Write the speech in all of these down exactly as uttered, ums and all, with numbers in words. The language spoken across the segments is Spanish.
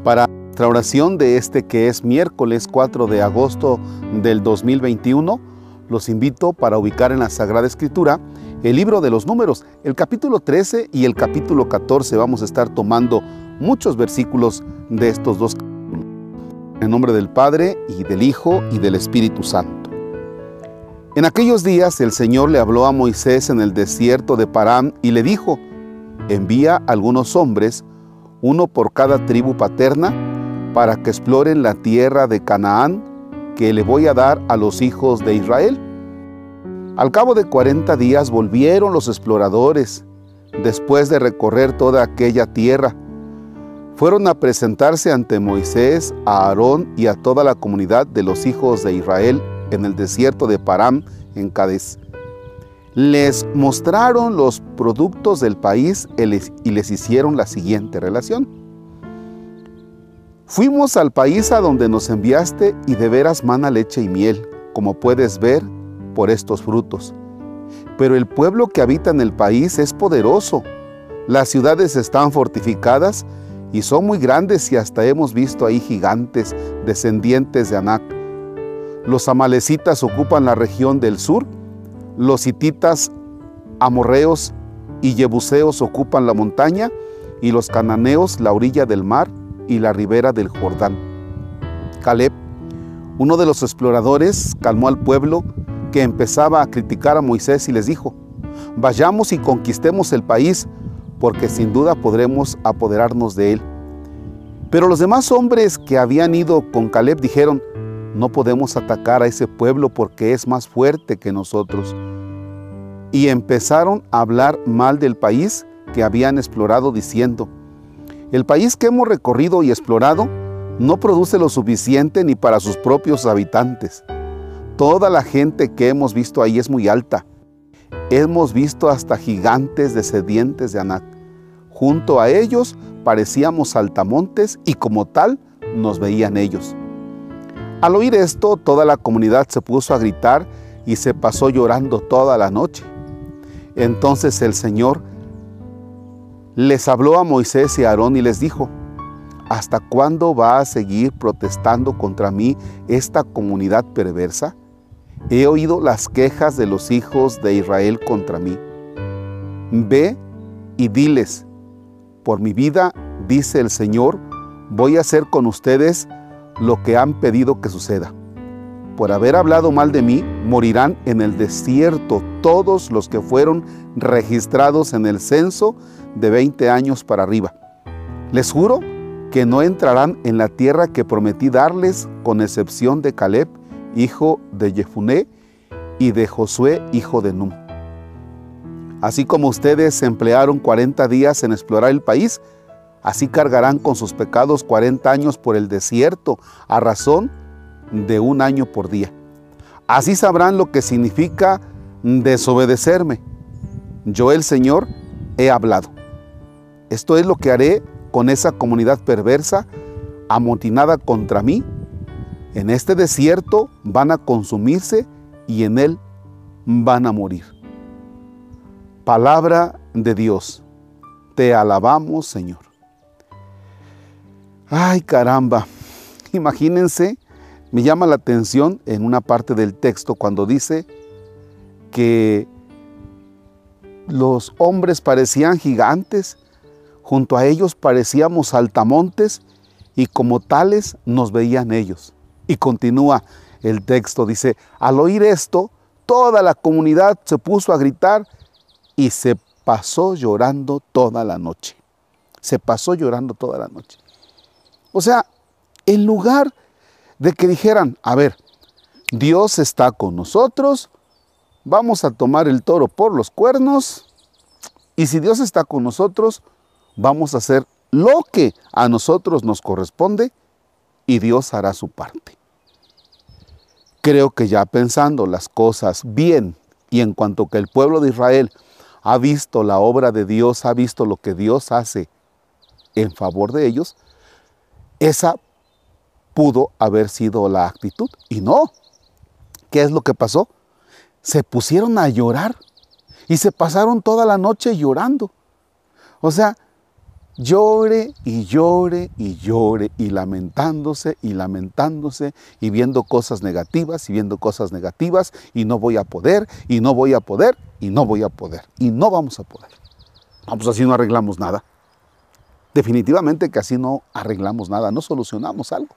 Para nuestra oración de este que es miércoles cuatro de agosto del dos mil veintiuno, los invito para ubicar en la Sagrada Escritura el libro de los Números, el capítulo trece y el capítulo catorce. Vamos a estar tomando muchos versículos de estos dos capítulos. En nombre del Padre, y del Hijo, y del Espíritu Santo. En aquellos días el Señor le habló a Moisés en el desierto de Parán y le dijo: envía algunos hombres, uno por cada tribu paterna, para que exploren la tierra de Canaán, que le voy a dar a los hijos de Israel. Al cabo de cuarenta días volvieron los exploradores, después de recorrer toda aquella tierra. Fueron a presentarse ante Moisés, a Aarón y a toda la comunidad de los hijos de Israel en el desierto de Parán, en Cades. Les mostraron los productos del país y les hicieron la siguiente relación: fuimos al país a donde nos enviaste y de veras mana leche y miel, como puedes ver por estos frutos. Pero el pueblo que habita en el país es poderoso. Las ciudades están fortificadas y son muy grandes y hasta hemos visto ahí gigantes descendientes de Anac. Los amalecitas ocupan la región del sur, los hititas, amorreos y jebuseos ocupan la montaña y los cananeos la orilla del mar y la ribera del Jordán. Caleb, uno de los exploradores, calmó al pueblo que empezaba a criticar a Moisés y les dijo: vayamos y conquistemos el país, porque sin duda podremos apoderarnos de él. Pero los demás hombres que habían ido con Caleb dijeron: no podemos atacar a ese pueblo porque es más fuerte que nosotros. Y empezaron a hablar mal del país que habían explorado, diciendo: el país que hemos recorrido y explorado no produce lo suficiente ni para sus propios habitantes. Toda la gente que hemos visto ahí es muy alta. Hemos visto hasta gigantes descendientes de Anac. Junto a ellos parecíamos saltamontes y como tal nos veían ellos. Al oír esto, toda la comunidad se puso a gritar y se pasó llorando toda la noche. Entonces el Señor les habló a Moisés y a Aarón y les dijo: ¿hasta cuándo va a seguir protestando contra mí esta comunidad perversa? He oído las quejas de los hijos de Israel contra mí. Ve y diles: por mi vida, dice el Señor, voy a hacer con ustedes lo que han pedido que suceda. Por haber hablado mal de mí, morirán en el desierto todos los que fueron registrados en el censo de veinte años para arriba. Les juro que no entrarán en la tierra que prometí darles, con excepción de Caleb, hijo de Jefuné, y de Josué, hijo de Nun. Así como ustedes se emplearon cuarenta días en explorar el país, así cargarán con sus pecados cuarenta años por el desierto, a razón de un año por día. Así sabrán lo que significa desobedecerme. Yo, el Señor, he hablado. Esto es lo que haré con esa comunidad perversa, amotinada contra mí. En este desierto van a consumirse y en él van a morir. Palabra de Dios. Te alabamos, Señor. Ay, caramba. Imagínense, me llama la atención en una parte del texto cuando dice que los hombres parecían gigantes, junto a ellos parecíamos saltamontes y como tales nos veían ellos. Y continúa el texto, dice: al oír esto, toda la comunidad se puso a gritar y se pasó llorando toda la noche. Se pasó llorando toda la noche. O sea, en lugar de que dijeran: a ver, Dios está con nosotros, vamos a tomar el toro por los cuernos, y si Dios está con nosotros, vamos a hacer lo que a nosotros nos corresponde y Dios hará su parte. Creo que ya pensando las cosas bien, y en cuanto que el pueblo de Israel ha visto la obra de Dios, ha visto lo que Dios hace en favor de ellos, esa pudo haber sido la actitud. Y no. ¿Qué es lo que pasó? Se pusieron a llorar y se pasaron toda la noche llorando. O sea, llore y llore y llore y lamentándose y lamentándose y viendo cosas negativas y viendo cosas negativas y no voy a poder y no voy a poder y no voy a poder y no vamos a poder. No, pues así no arreglamos nada. Definitivamente que así no arreglamos nada, no solucionamos algo.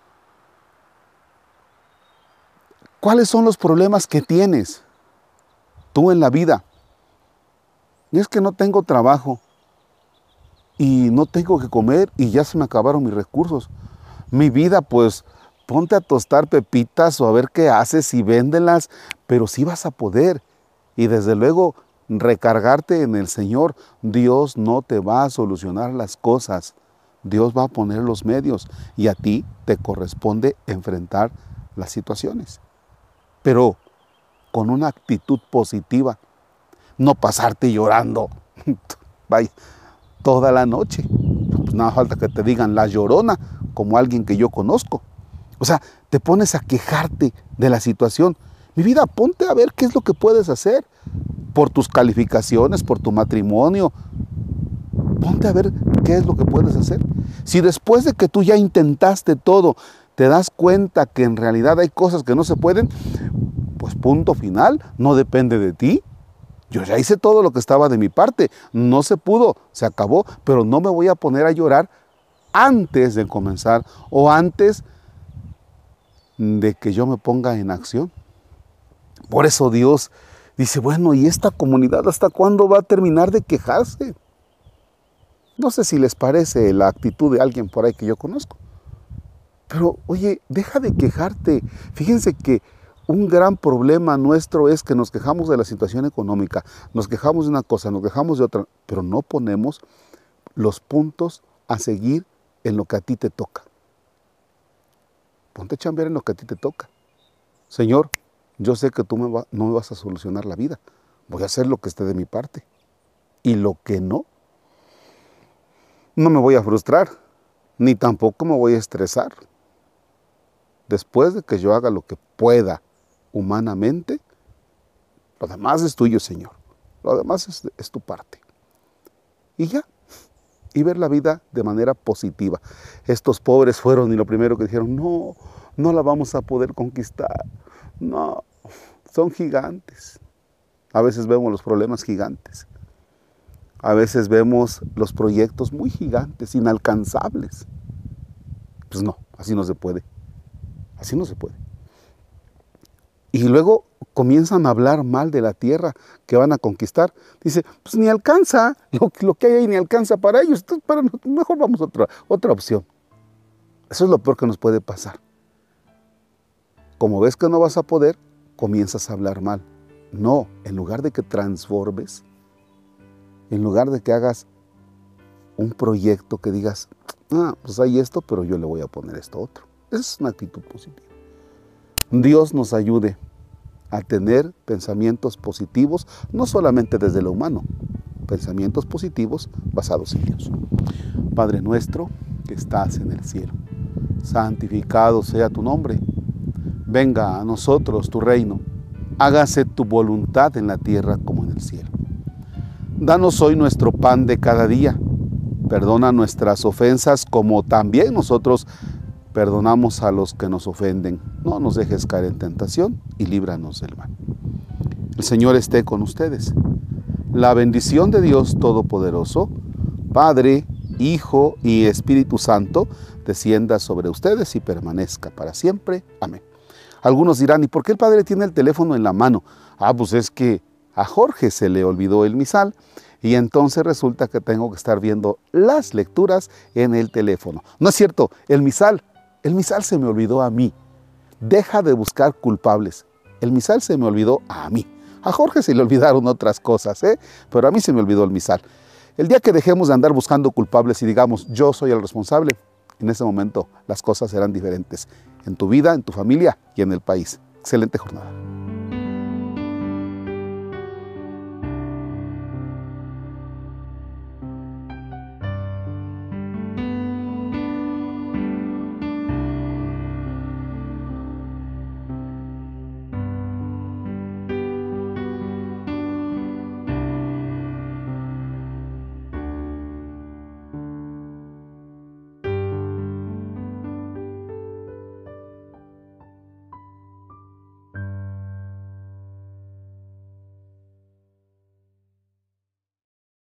¿Cuáles son los problemas que tienes tú en la vida? Y es que no tengo trabajo y no tengo que comer y ya se me acabaron mis recursos. Mi vida, pues, ponte a tostar pepitas o a ver qué haces y véndelas, pero sí vas a poder. Y desde luego, recargarte en el Señor. Dios no te va a solucionar las cosas. Dios va a poner los medios y a ti te corresponde enfrentar las situaciones. Pero con una actitud positiva, no pasarte llorando, vaya, toda la noche. Pues nada falta que te digan la llorona, como alguien que yo conozco. O sea, te pones a quejarte de la situación. Mi vida, ponte a ver qué es lo que puedes hacer por tus calificaciones, por tu matrimonio. Ponte a ver qué es lo que puedes hacer. Si después de que tú ya intentaste todo, te das cuenta que en realidad hay cosas que no se pueden, pues punto final, no depende de ti. Yo ya hice todo lo que estaba de mi parte, no se pudo, se acabó, pero no me voy a poner a llorar antes de comenzar o antes de que yo me ponga en acción. Por eso Dios dice, bueno, ¿y esta comunidad hasta cuándo va a terminar de quejarse? No sé si les parece la actitud de alguien por ahí que yo conozco. Pero, oye, deja de quejarte. Fíjense que un gran problema nuestro es que nos quejamos de la situación económica, nos quejamos de una cosa, nos quejamos de otra, pero no ponemos los puntos a seguir en lo que a ti te toca. Ponte a chambear en lo que a ti te toca. Señor, yo sé que tú me va, no me vas a solucionar la vida. Voy a hacer lo que esté de mi parte. Y lo que no, no me voy a frustrar, ni tampoco me voy a estresar. Después de que yo haga lo que pueda humanamente, lo demás es tuyo, Señor. Lo demás es, es tu parte. Y ya, y ver la vida de manera positiva. Estos pobres fueron y lo primero que dijeron, no, no la vamos a poder conquistar. No, son gigantes. A veces vemos los problemas gigantes. A veces vemos los proyectos muy gigantes, inalcanzables. Pues no, así no se puede. Así no se puede. Y luego comienzan a hablar mal de la tierra que van a conquistar. Dice, pues ni alcanza, lo, lo que hay ahí ni alcanza para ellos. Entonces, para nosotros, mejor vamos a otra, otra opción. Eso es lo peor que nos puede pasar. Como ves que no vas a poder, comienzas a hablar mal. No, en lugar de que transformes, en lugar de que hagas un proyecto que digas, ah, pues hay esto, pero yo le voy a poner esto otro. Esa es una actitud positiva. Dios nos ayude a tener pensamientos positivos, no solamente desde lo humano, pensamientos positivos basados en Dios. Padre nuestro que estás en el cielo, santificado sea tu nombre. Venga a nosotros tu reino. Hágase tu voluntad en la tierra como en el cielo. Danos hoy nuestro pan de cada día. Perdona nuestras ofensas como también nosotros perdonamos a los que nos ofenden. No nos dejes caer en tentación y líbranos del mal. El Señor esté con ustedes. La bendición de Dios Todopoderoso, Padre, Hijo y Espíritu Santo, descienda sobre ustedes y permanezca para siempre. Amén. Algunos dirán, ¿y por qué el Padre tiene el teléfono en la mano? Ah, pues es que a Jorge se le olvidó el misal y entonces resulta que tengo que estar viendo las lecturas en el teléfono. No es cierto, el misal, el misal se me olvidó a mí. Deja de buscar culpables. El misal se me olvidó a mí. A Jorge se le olvidaron otras cosas, ¿eh? Pero a mí se me olvidó el misal. El día que dejemos de andar buscando culpables y digamos, yo soy el responsable, en ese momento las cosas serán diferentes en tu vida, en tu familia y en el país. Excelente jornada.